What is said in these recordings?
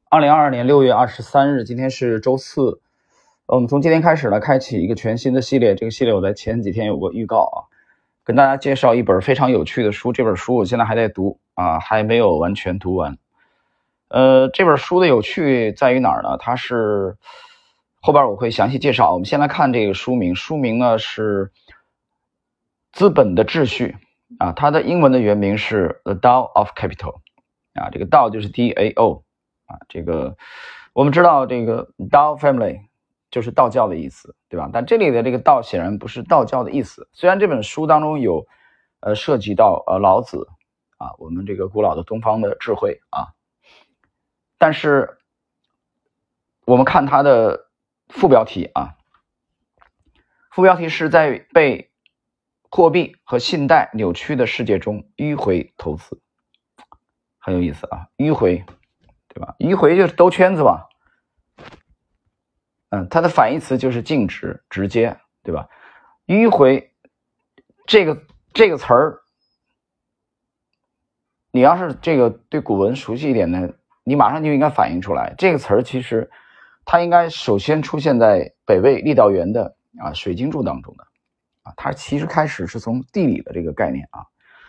2022年6月23日，今天是周四。我们从今天开始呢，开启一个全新的系列。这个系列我在前几天有过预告啊，跟大家介绍一本非常有趣的书。这本书我现在还在读啊，还没有完全读完。这本书的有趣在于哪儿呢？它是后边我会详细介绍。我们先来看这个书名，书名呢是《资本的秩序》啊，它的英文的原名是 The Tao of Capital 啊，这个道就是 DAO 啊，这个我们知道这个 Tao Family 就是道教的意思，对吧？但这里的这个道显然不是道教的意思。虽然这本书当中有涉及到老子啊，我们这个古老的东方的智慧啊，但是我们看它的副标题啊，副标题是在被货币和信贷扭曲的世界中迂回投资，很有意思啊，迂回，对吧？迂回就是兜圈子吧。它的反义词就是径直、直接，对吧？迂回这个词儿，你要是这个对古文熟悉一点呢，你马上就应该反应出来，这个词儿其实它应该首先出现在北魏郦道元的水经注当中的啊，它其实开始是从地理的这个概念啊。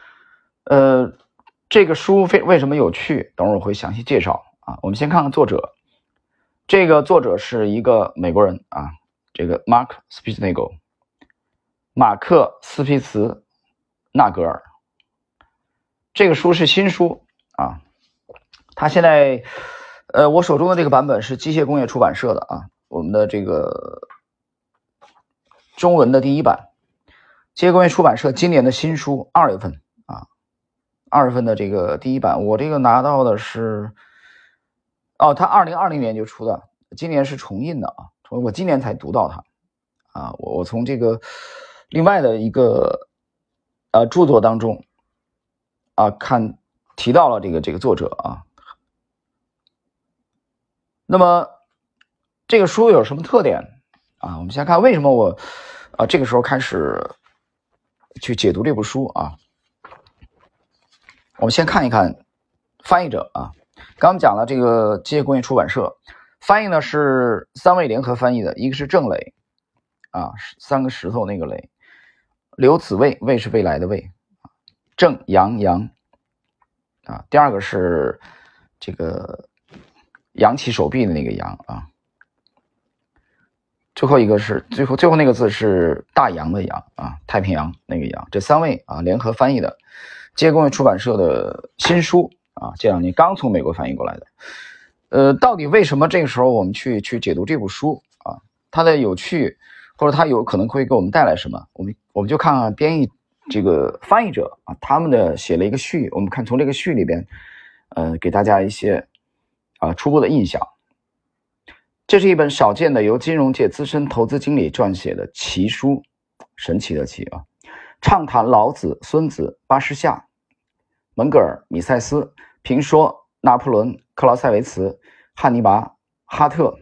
这个书为什么有趣？等会儿我会详细介绍啊。我们先看看作者。这个作者是一个美国人啊，这个 Mark Spitznagel， 马克斯皮茨纳格尔。这个书是新书啊，他现在我手中的这个版本是机械工业出版社的啊，我们的这个中文的第一版，机械工业出版社今年的新书2月份啊，2月份的这个第一版，我这个拿到的是他2020年就出的，今年是重印的啊，我今年才读到它啊，我从这个另外的一个著作当中啊提到了这个作者啊。那么这个书有什么特点啊？我们先看为什么我这个时候开始去解读这部书啊。我们先看一看翻译者啊。刚刚讲了这个机械工业出版社，翻译呢是3位联合翻译的，一个是郑磊啊，3个石头那个磊，刘子卫，卫是未来的卫，郑杨洋啊，第二个是这个扬起手臂的那个扬啊，最后一个是最后那个字是大洋的洋啊，太平洋那个洋，这3位啊联合翻译的机械工业出版社的新书啊，这2年刚从美国翻译过来的。到底为什么这个时候我们去解读这部书啊？它的有趣或者它有可能会给我们带来什么？我们就看看编译这个翻译者啊，他们的写了一个序，我们看从这个序里边给大家一些初步的印象。这是一本少见的由金融界资深投资经理撰写的奇书，神奇的奇啊，畅谈老子、孙子、巴士夏、门格尔、米塞斯，评说拿破仑、克劳塞维茨、汉尼拔、哈特。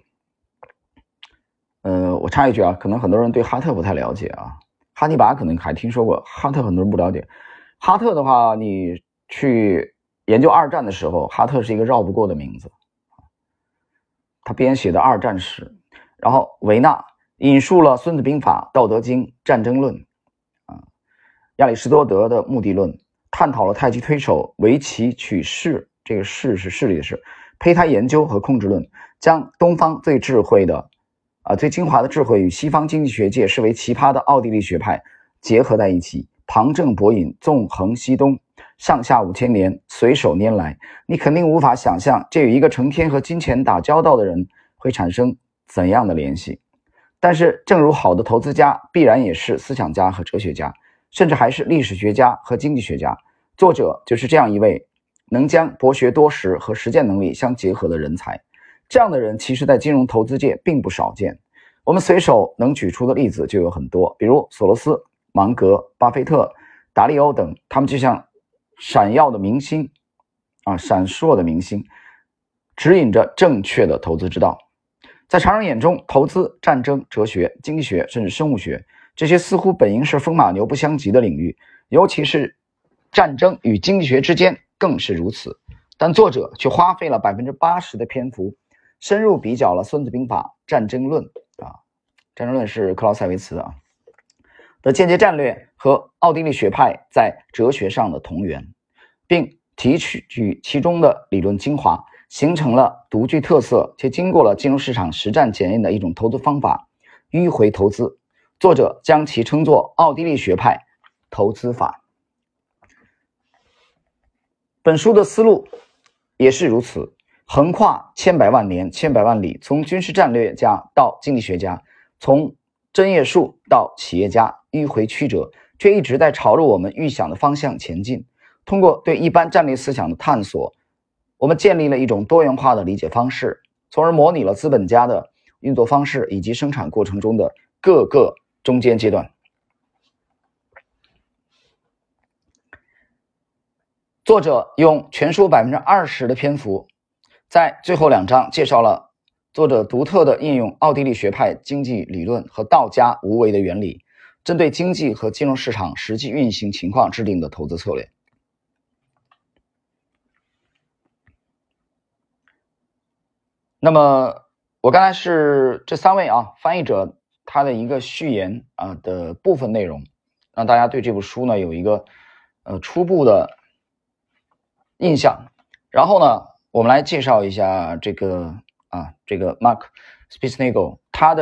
我插一句啊，可能很多人对哈特不太了解啊，哈尼拔可能还听说过，哈特很多人不了解。哈特的话，你去研究二战的时候，哈特是一个绕不过的名字，他编写的二战史。然后维纳引述了《孙子兵法》《道德经》《战争论》亚里士多德的目的论，探讨了太极推手、围棋取势，这个势是势力的势，胚胎研究和控制论，将东方最精华的智慧与西方经济学界视为奇葩的奥地利学派结合在一起，旁征博引，纵横西东，上下5000年，随手拈来。你肯定无法想象这与一个成天和金钱打交道的人会产生怎样的联系。但是正如好的投资家必然也是思想家和哲学家，甚至还是历史学家和经济学家，作者就是这样一位能将博学多识和实践能力相结合的人才。这样的人其实在金融投资界并不少见，我们随手能举出的例子就有很多，比如索罗斯、芒格、巴菲特、达利欧等，他们就像闪耀的明星闪烁的明星，指引着正确的投资之道。在常人眼中，投资、战争、哲学、经济学甚至生物学，这些似乎本应是风马牛不相及的领域，尤其是战争与经济学之间更是如此。 但作者却花费了80%的篇幅，深入比较了《孙子兵法》战争论战争论是克劳塞维茨的间接战略和奥地利学派在哲学上的同源，并提取其中的理论精华，形成了独具特色且经过了金融市场实战检验的一种投资方法——迂回投资。作者将其称作奥地利学派投资法。本书的思路也是如此，横跨千百万年、千百万里，从军事战略家到经济学家，从针叶树到企业家，迂回曲折，却一直在朝着我们预想的方向前进。通过对一般战略思想的探索，我们建立了一种多元化的理解方式，从而模拟了资本家的运作方式以及生产过程中的各个中间阶段。作者用全书20%的篇幅，在最后2章介绍了作者独特的应用奥地利学派经济理论和道家无为的原理，针对经济和金融市场实际运行情况制定的投资策略。那么我刚才是这3位翻译者他的一个序言的部分内容，让大家对这部书呢有一个初步的印象。然后呢，我们来介绍一下这个Mark Spitznagel 他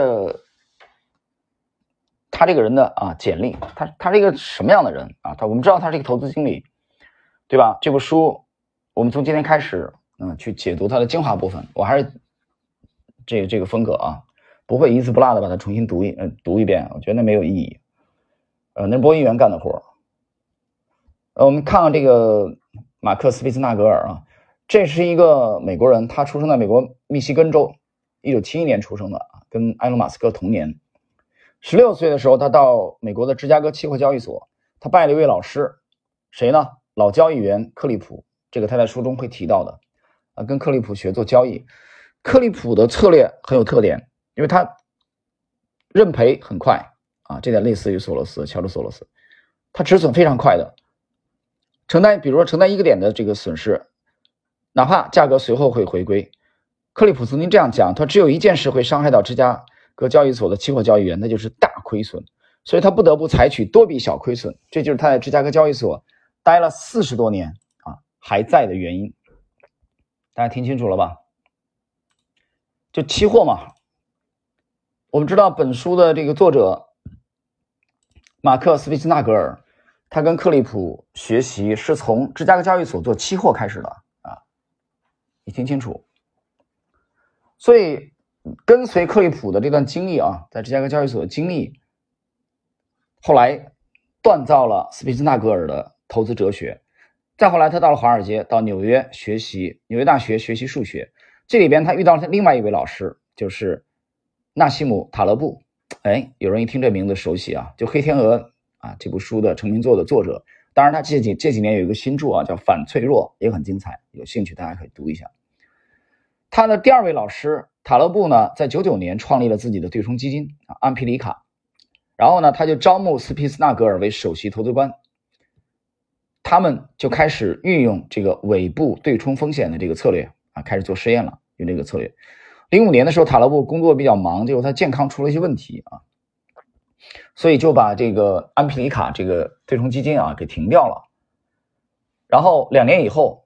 这个人的简历，他是一个什么样的人我们知道他是一个投资经理，对吧？这部书我们从今天开始去解读它的精华部分，我还是这个风格不会一字不落的把它重新读一遍，我觉得那没有意义。那是播音员干的活。我们看看这个马克·斯皮兹纳格尔这是一个美国人，他出生在美国密西根州，1971年出生的跟埃隆·马斯克同年。16岁的时候，他到美国的芝加哥期货交易所，他拜了一位老师，谁呢？老交易员克利普，这个他在书中会提到的跟克利普学做交易。克利普的策略很有特点，因为他认赔很快这点类似于乔治索罗斯，他止损非常快的，比如说承担1个点的这个损失，哪怕价格随后会回归。克利普曾经这样讲，他只有一件事会伤害到芝加哥交易所的期货交易员，那就是大亏损，所以他不得不采取多笔小亏损，这就是他在芝加哥交易所待了40多年还在的原因。大家听清楚了吧？就期货嘛，我们知道本书的这个作者马克·斯皮兹纳格尔，他跟克利普学习是从芝加哥交易所做期货开始的你听清楚。所以跟随克利普的这段经历在芝加哥交易所的经历，后来锻造了斯皮兹纳格尔的投资哲学。再后来他到了华尔街，到纽约大学学习数学，这里边他遇到了另外一位老师，就是纳西姆·塔勒布。有人一听这名字熟悉就黑天鹅这部书的成名作的作者。当然他这几年有一个新著叫反脆弱，也很精彩，有兴趣大家可以读一下。他的第2位老师塔勒布呢，在99年创立了自己的对冲基金安皮里卡，然后呢他就招募斯皮兹纳格尔为首席投资官，他们就开始运用这个尾部对冲风险的这个策略开始做实验了，用这个策略。05年的时候，塔勒布工作比较忙，结果他健康出了一些问题所以就把这个安皮里卡这个对冲基金给停掉了。然后2年以后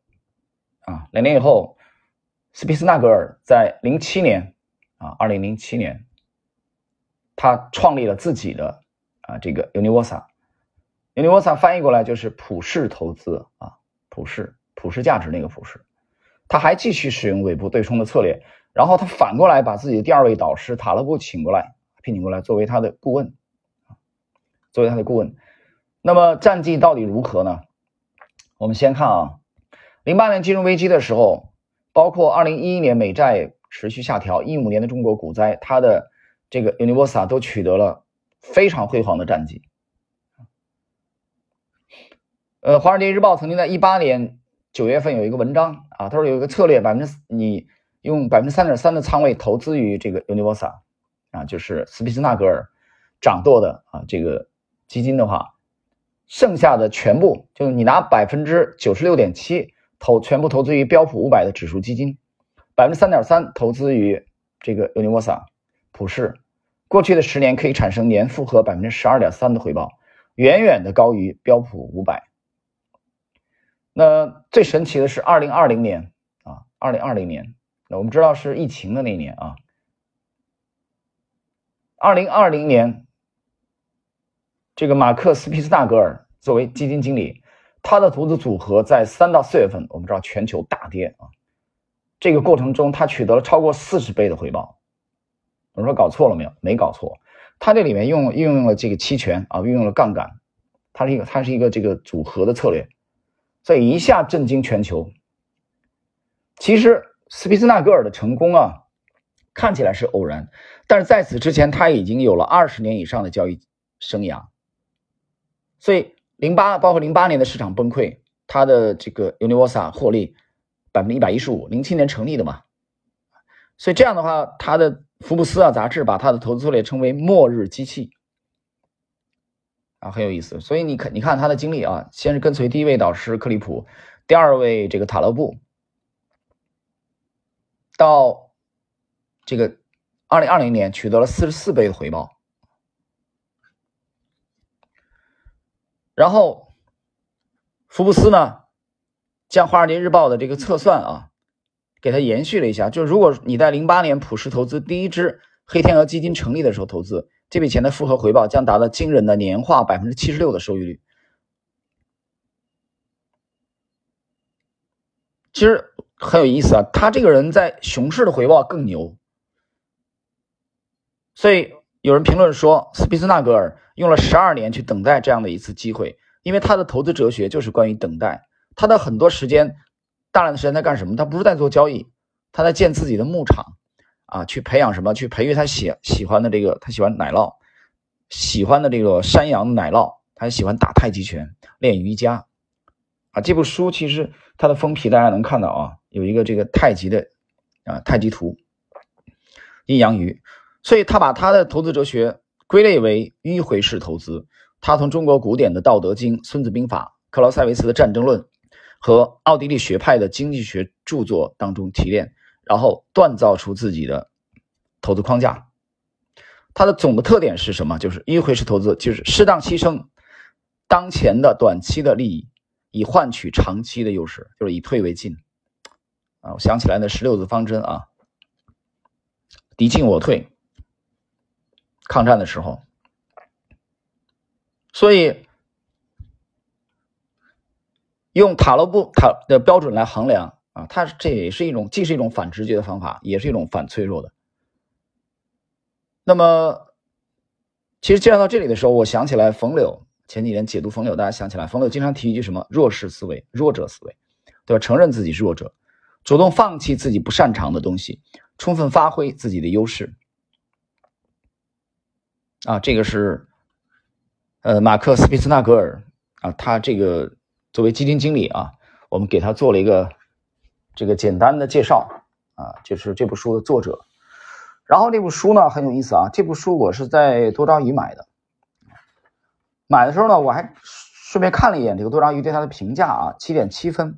斯皮兹纳格尔在2007年他创立了自己的这个 Universa 翻译过来就是普世投资普世价值那个普世。他还继续使用尾部对冲的策略，然后他反过来把自己的第2位导师塔勒布聘请过来作为他的顾问。那么战绩到底如何呢？我们先看08年金融危机的时候，包括2011年美债持续下调，15年的中国股灾，它的这个 Universa 都取得了非常辉煌的战绩。华尔街日报曾经在18年9月份有一个文章他说有一个策略，你用 3.3% 的仓位投资于这个 Universa 就是斯皮兹纳格尔掌舵的这个基金的话，剩下的全部就是你拿 96.7% 全部投资于标普500的指数基金， 3.3% 投资于这个 Universal 普世，过去的10年可以产生年复合 12.3% 的回报，远远的高于标普500。那最神奇的是2020年啊，2020年，那我们知道是疫情的那年啊，2020年，这个马克·斯皮斯纳格尔作为基金经理，他的投资组合在3到4月份，我们知道全球大跌啊，这个过程中他取得了超过40倍的回报。我说搞错了没有？没搞错，他这里面运用了这个期权啊，运用了杠杆，它是一个这个组合的策略，所以一下震惊全球。其实斯皮斯纳格尔的成功啊，看起来是偶然，但是在此之前他已经有了20年以上的交易生涯。所以包括08年的市场崩溃，他的这个 Universal 获利 115%， 07年成立的嘛。所以这样的话，他的福布斯杂志把他的投资策略称为末日机器啊，很有意思。所以你看他的经历啊，先是跟随第一位导师克利普，第二位这个塔勒布，到这个2020年取得了44倍的回报。然后福布斯呢，将华尔街日报的这个测算啊，给它延续了一下，就如果你在08年普世投资第一支黑天鹅基金成立的时候投资，这笔钱的复合回报将达到惊人的年化 76% 的收益率。其实很有意思啊，他这个人在熊市的回报更牛。所以有人评论说，斯皮斯纳格尔用了12年去等待这样的一次机会，因为他的投资哲学就是关于等待。他的很多时间，大量的时间在干什么？他不是在做交易，他在建自己的牧场啊，去培养什么？去培育他喜欢的这个，他喜欢奶酪，喜欢的这个山羊奶酪，他喜欢打太极拳，练瑜伽啊。这部书其实它的封皮大家能看到啊，有一个这个太极的太极图，阴阳鱼。所以他把他的投资哲学归类为迂回式投资。他从中国古典的《道德经》、孙子兵法、克劳塞维茨的《战争论》和奥地利学派的经济学著作当中提炼，然后锻造出自己的投资框架。它的总的特点是什么？就是迂回式投资，就是适当牺牲当前的短期的利益，以换取长期的优势，就是以退为进啊。我想起来的16字方针啊，敌进我退，抗战的时候。所以用塔勒布的标准来衡量啊，它这也是一种既是一种反直觉的方法，也是一种反脆弱的。那么其实介绍到这里的时候，我想起来冯柳前几年解读冯柳，大家想起来冯柳经常提一句什么弱势思维、弱者思维，对吧？承认自己是弱者，主动放弃自己不擅长的东西，充分发挥自己的优势啊。这个是马克·斯皮斯纳格尔啊，他这个作为基金经理啊，我们给他做了一个这个简单的介绍啊，就是这部书的作者。然后这部书呢很有意思啊，这部书我是在多抓鱼买的。买的时候呢，我还顺便看了一眼这个多抓鱼对他的评价啊，7.7分。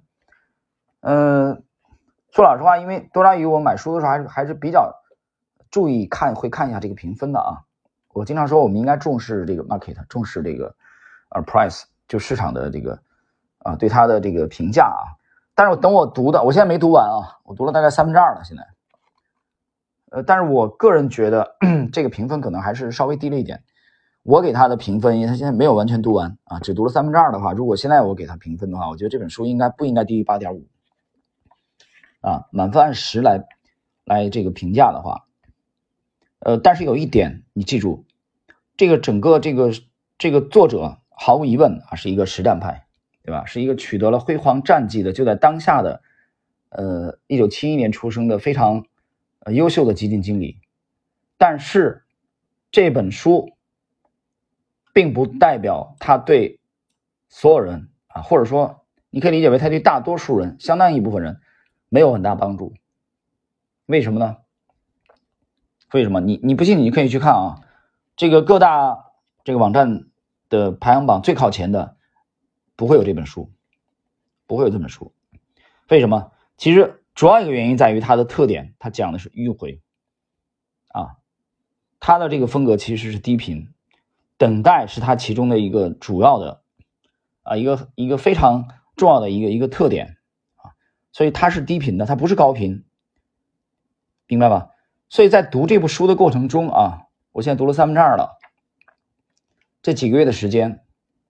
说老实话，因为多抓鱼我买书的时候还是比较注意会看一下这个评分的啊。我经常说我们应该重视这个 market， 重视这个price， 就市场的这个对它的这个评价啊。但是等我读的，我现在没读完啊，我读了大概2/3了现在。但是我个人觉得这个评分可能还是稍微低了一点。我给他的评分，因为他现在没有完全读完啊，只读了2/3的话，如果现在我给他评分的话，我觉得这本书不应该低于 8.5 啊，满分按10来这个评价的话。但是有一点你记住，这个整个这个作者毫无疑问啊是一个实战派，对吧？是一个取得了辉煌战绩的，就在当下的1971年出生的非常优秀的基金经理。但是这本书并不代表他对所有人啊，或者说你可以理解为他对大多数人，相当一部分人没有很大帮助。为什么呢？为什么？你不信你可以去看啊，这个各大这个网站的排行榜最靠前的不会有这本书，不会有这本书。 为什么？其实主要一个原因在于它的特点，它讲的是迂回啊，它的这个风格其实是低频，等待是它其中的一个主要的一个非常重要的一个特点啊，所以它是低频的，它不是高频，明白吧？所以在读这部书的过程中啊，我现在读了2/3了，这几个月的时间，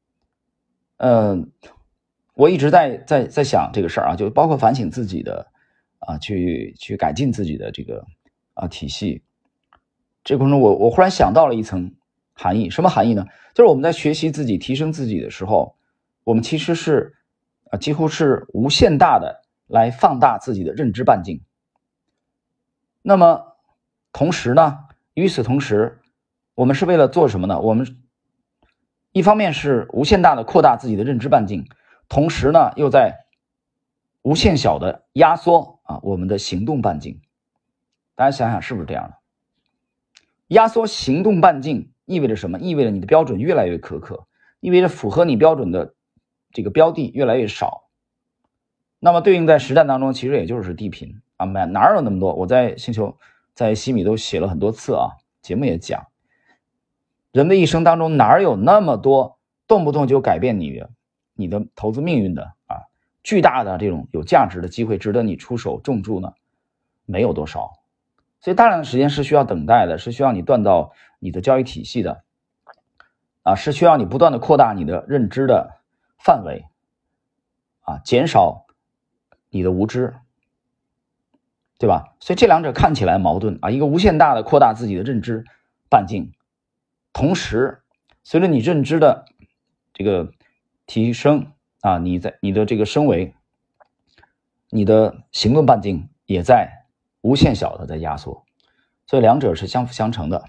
我一直在想这个事儿啊，就包括反省自己的去改进自己的这个体系。这个过程中我忽然想到了一层含义，什么含义呢？就是我们在学习自己、提升自己的时候，我们其实是几乎是无限大的来放大自己的认知半径。那么同时呢，与此同时，我们是为了做什么呢？我们一方面是无限大的扩大自己的认知半径，同时呢又在无限小的压缩我们的行动半径。大家想想是不是这样的？压缩行动半径意味着什么？意味着你的标准越来越苛刻，意味着符合你标准的这个标的越来越少。那么对应在实战当中，其实也就是低频哪有那么多？我在星球在西米都写了很多次节目也讲，人的一生当中哪有那么多动不动就改变你的投资命运的巨大的这种有价值的机会值得你出手重注呢？没有多少。所以大量的时间是需要等待的，是需要你锻造你的交易体系的是需要你不断的扩大你的认知的范围减少你的无知，对吧？所以这两者看起来矛盾一个无限大的扩大自己的认知半径，同时随着你认知的这个提升你的这个升维，你的行动半径也在无限小的在压缩，所以两者是相辅相成的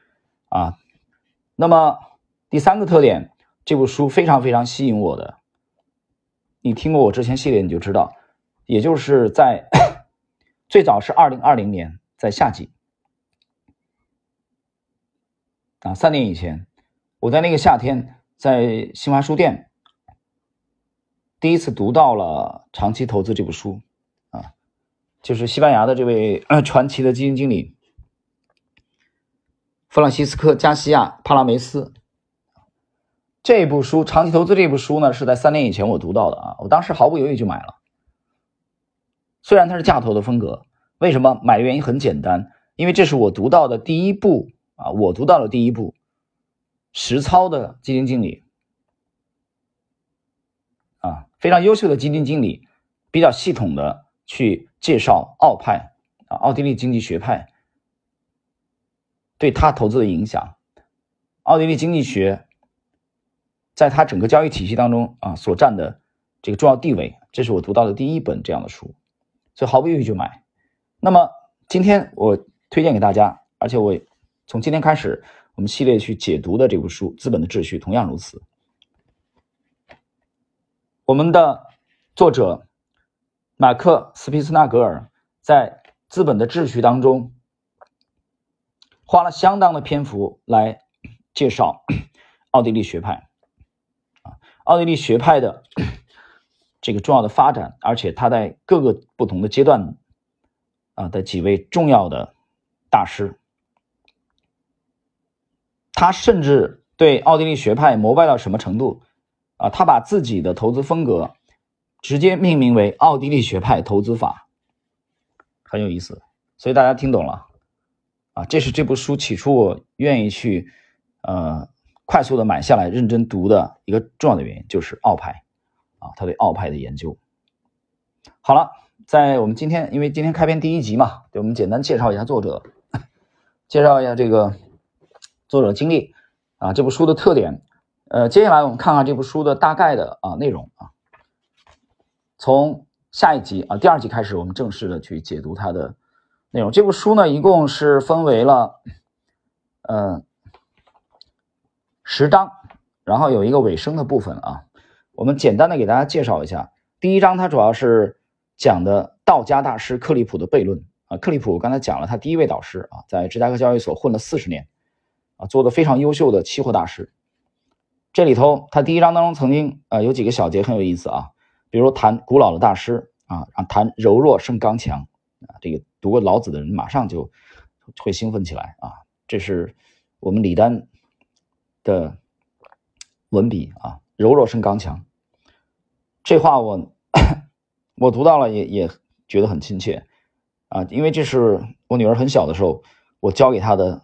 那么第3个特点，这部书非常非常吸引我的，你听过我之前系列你就知道，也就是在最早是2020年在夏季3年以前，我在那个夏天在新华书店第一次读到了《长期投资》这部书就是西班牙的这位传奇的基金经理弗朗西斯科·加西亚·帕拉梅斯。这部书《长期投资》这部书呢，是在3年以前我读到的我当时毫不犹豫就买了。虽然它是价投的风格，为什么买的原因很简单，因为这是我读到的第一部实操的基金经理非常优秀的基金经理，比较系统的去介绍奥派奥地利经济学派对他投资的影响，奥地利经济学在他整个交易体系当中所占的这个重要地位，这是我读到的第一本这样的书，所以毫不犹豫就买。那么今天我推荐给大家，而且我从今天开始我们系列去解读的这部书《资本的秩序》同样如此。我们的作者马克·斯皮斯纳格尔在《资本的秩序》当中花了相当的篇幅来介绍奥地利学派奥地利学派的这个重要的发展，而且他在各个不同的阶段的几位重要的大师，他甚至对奥地利学派膜拜到什么程度他把自己的投资风格直接命名为奥地利学派投资法，很有意思。所以大家听懂了这是这部书起初我愿意去快速的买下来认真读的一个重要的原因，就是奥派他对奥派的研究。好了，在我们今天因为今天开篇第1集嘛，对，我们简单介绍一下作者，介绍一下这个作者经历这部书的特点。接下来我们看看这部书的大概的内容从下一集第2集开始，我们正式的去解读它的内容。这部书呢一共是分为了10章，然后有一个尾声的部分我们简单的给大家介绍一下。第1章它主要是讲的道家大师克利普的悖论克利普我刚才讲了，他第一位导师在芝加哥交易所混了40年做得非常优秀的期货大师。这里头他第1章当中曾经有几个小节很有意思比如谈古老的大师谈柔弱胜刚强这个读过老子的人马上就会兴奋起来这是我们李丹的文笔柔弱胜刚强。这话我读到了也觉得很亲切因为这是我女儿很小的时候我教给她的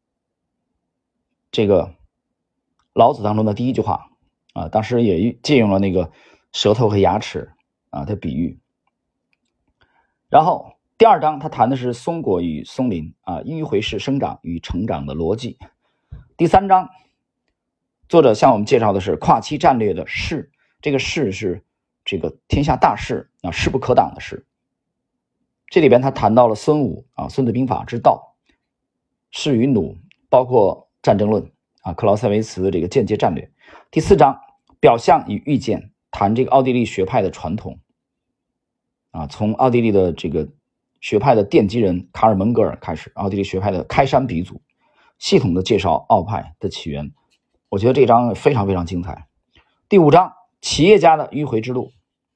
这个老子当中的第一句话当时也借用了那个舌头和牙齿的比喻。然后第2章他谈的是松果与松林迂回式生长与成长的逻辑。第3章作者向我们介绍的是跨期战略的势，这个势是这个天下大势势不可挡的势。这里边他谈到了孙武孙子兵法之道，势与弩，包括战争论克劳塞维茨的这个间接战略。第4章表象与预见，谈这个奥地利学派的传统从奥地利的这个学派的奠基人卡尔门格尔开始，奥地利学派的开山鼻祖，系统的介绍奥派的起源。我觉得这章非常非常精彩。第5章企业家的迂回之路，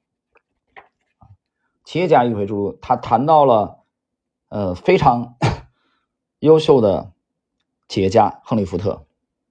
企业家迂回之路，他谈到了非常优秀的企业家亨利福特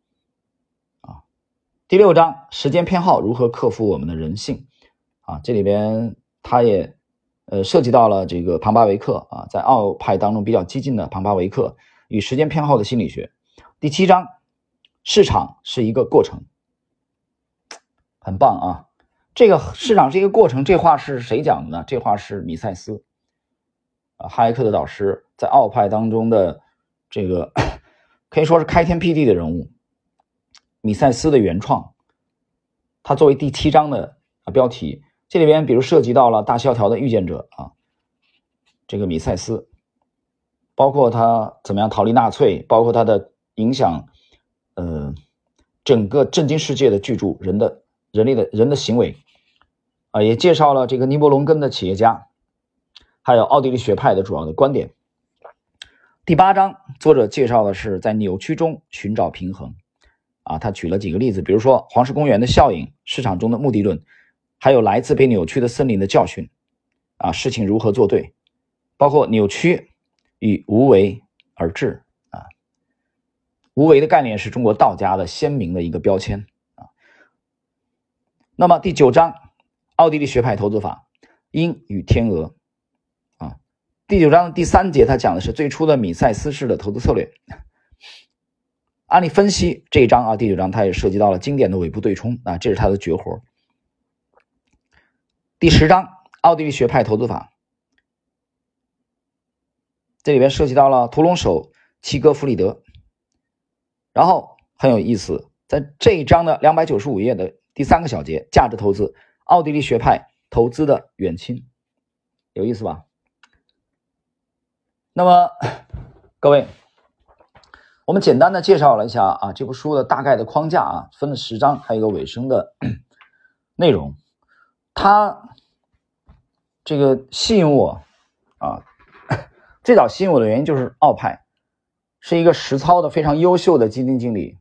第6章时间偏好如何克服我们的人性这里边他也涉及到了这个庞巴维克在奥派当中比较激进的庞巴维克与时间偏好的心理学。第7章市场是一个过程，很棒这个市场是一个过程，这话是谁讲的呢？这话是米塞斯哈耶克的导师，在奥派当中的这个可以说是开天辟地的人物，米塞斯的原创。他作为第7章的标题，这里边比如涉及到了大萧条的预见者这个米塞斯，包括他怎么样逃离纳粹，包括他的影响整个震惊世界的巨著人的行为也介绍了这个尼伯龙根的企业家，还有奥地利学派的主要的观点。第8章作者介绍的是在扭曲中寻找平衡他举了几个例子，比如说黄石公园的效应，市场中的目的论，还有来自被扭曲的森林的教训事情如何做对，包括扭曲与无为而治无为的概念是中国道家的鲜明的一个标签那么第9章奥地利学派投资法，鹰与天鹅第9章第3节他讲的是最初的米塞斯式的投资策略。案例分析这一章第9章他也涉及到了经典的尾部对冲这是他的绝活。第10章奥地利学派投资法，这里边涉及到了屠龙手齐格弗里德。然后很有意思，在这一章的295页的第3个小节，价值投资，奥地利学派投资的远亲，有意思吧？那么各位，我们简单的介绍了一下这部书的大概的框架分了10章，还有一个尾声的内容。它这个吸引我最早吸引我的原因就是奥派是一个实操的非常优秀的基金经理，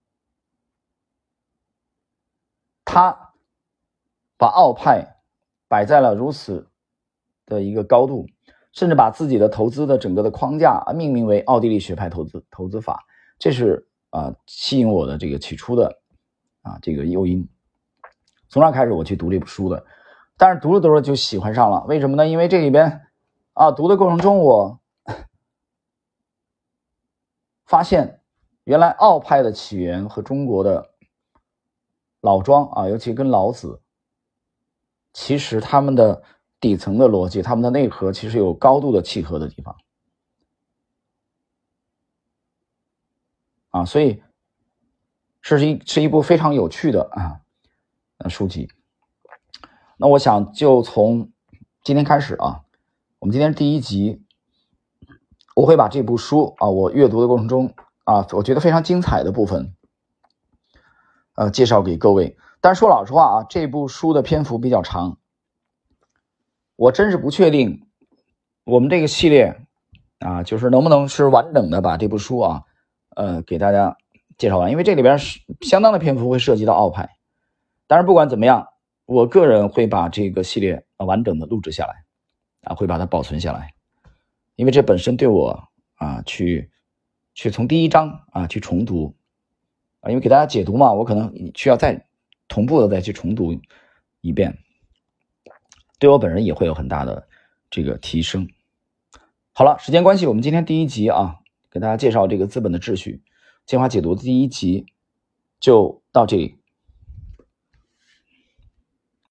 他把奥派摆在了如此的一个高度，甚至把自己的投资的整个的框架命名为奥地利学派投资法，这是吸引我的这个起初的这个诱因。从那开始我去读这部书的，但是读着读着就喜欢上了。为什么呢？因为这里边读的过程中我发现原来奥派的起源和中国的老庄尤其跟老子，其实他们的底层的逻辑，他们的内核其实有高度的契合的地方所以是一部非常有趣的书籍。那我想就从今天开始我们今天第1集，我会把这部书我阅读的过程中我觉得非常精彩的部分介绍给各位。但是说老实话这部书的篇幅比较长，我真是不确定我们这个系列就是能不能是完整的把这部书给大家介绍完，因为这里边相当的篇幅会涉及到奥派。但是不管怎么样我个人会把这个系列完整的录制下来会把它保存下来，因为这本身对我去从第一章去重读因为给大家解读嘛，我可能需要再同步的再去重读一遍，对我本人也会有很大的这个提升。好了，时间关系，我们今天第一集给大家介绍这个资本的秩序进化解读的第一集就到这里。